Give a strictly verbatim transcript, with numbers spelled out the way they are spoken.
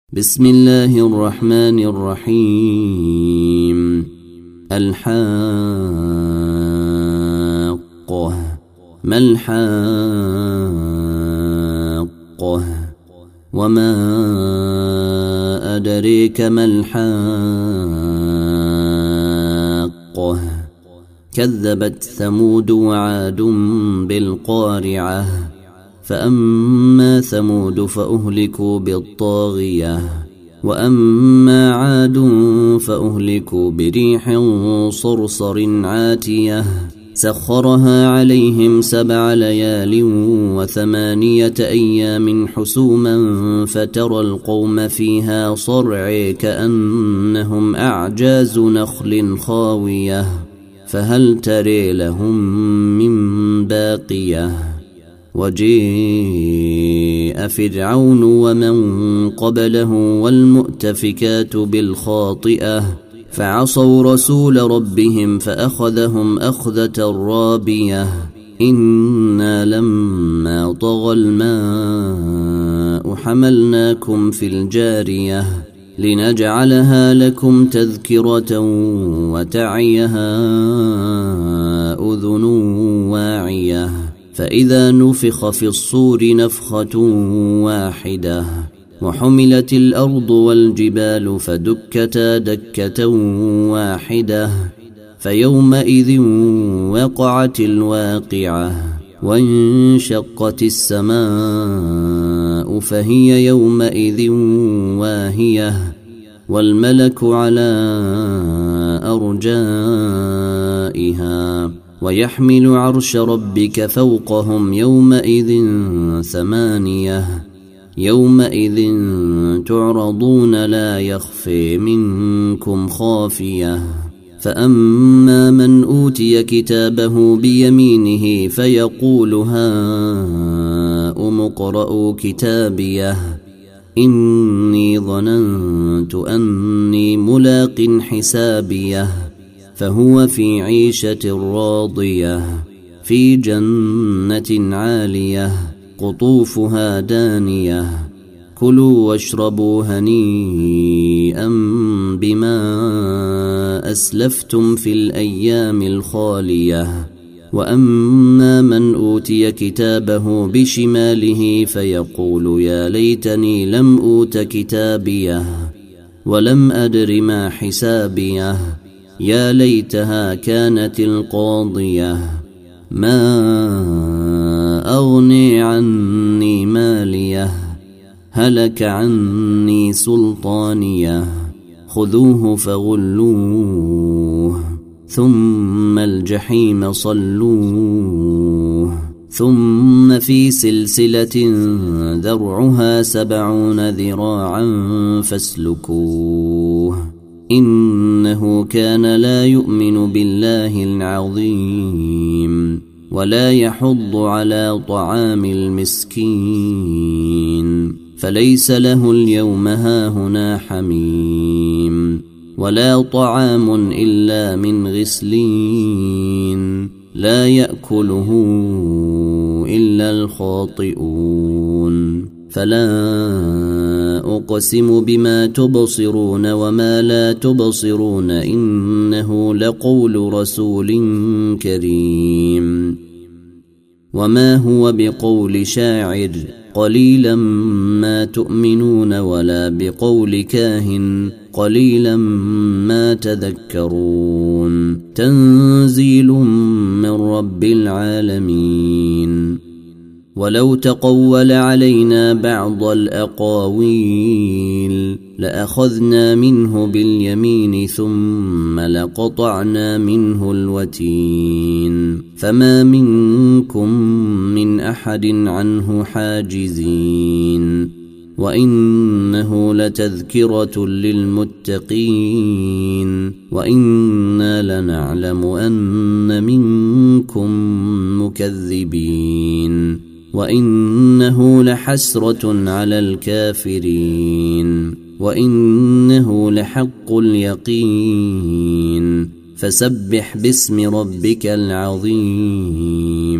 بسم الله الرحمن الرحيم. الحاقة. ما الحاقة؟ وما أدريك ما الحاقة؟ كذبت ثمود وعاد بالقارعة. فأما ثمود فأهلكوا بالطاغية، وأما عاد فأهلكوا بريح صرصر عاتية سخرها عليهم سبع ليال وثمانية أيام حسوما فترى القوم فيها صرعى كأنهم أعجاز نخل خاوية فهل ترى لهم من باقية. وجيء فرعون ومن قبله والمؤتفكات بالخاطئة فعصوا رسول ربهم فأخذهم أخذة رابية. إنا لما طغى الماء حملناكم في الجارية لنجعلها لكم تذكرة وتعيها أذن واعية. فإذا نفخ في الصور نفخة واحدة وحملت الأرض والجبال فدكتا دكة واحدة فيومئذ وقعت الواقعة وانشقت السماء فهي يومئذ واهية والملك على أرجائها ويحمل عرش ربك فوقهم يومئذ ثمانية. يومئذ تعرضون لا يخفي منكم خافية. فأما من أوتي كتابه بيمينه فيقول هاؤم اقرءوا كتابيه إني ظننت أني ملاق حسابيه فهو في عيشة راضية في جنة عالية قطوفها دانية. كلوا واشربوا هنيئا بما أسلفتم في الأيام الخالية. وأما من أوتي كتابه بشماله فيقول يا ليتني لم أوت كتابيه ولم أدر ما حسابيه يا ليتها كانت القاضية ما أغني عني ماليه هلك عني سلطانيه خذوه فغلوه ثم الجحيم صلوه ثم في سلسلة ذرعها سبعون ذراعا فاسلكوه إنه كان لا يؤمن بالله العظيم ولا يحض على طعام المسكين فليس له اليوم هاهنا حميم ولا طعام إلا من غسلين لا يأكله إلا الخاطئون. فلا أقسم بما تبصرون وما لا تبصرون إنه لقول رسول كريم وما هو بقول شاعر قليلا ما تؤمنون ولا بقول كاهن قليلا ما تذكرون. تنزيل من رب العالمين. ولو تقول علينا بعض الأقاويل لأخذنا منه باليمين ثم لقطعنا منه الوتين فما منكم من أحد عنه حاجزين. وإنه لتذكرة للمتقين وإنا لنعلم أن منكم مكذبين وإنه لحسرة على الكافرين وإنه لحق اليقين. فسبح باسم ربك العظيم.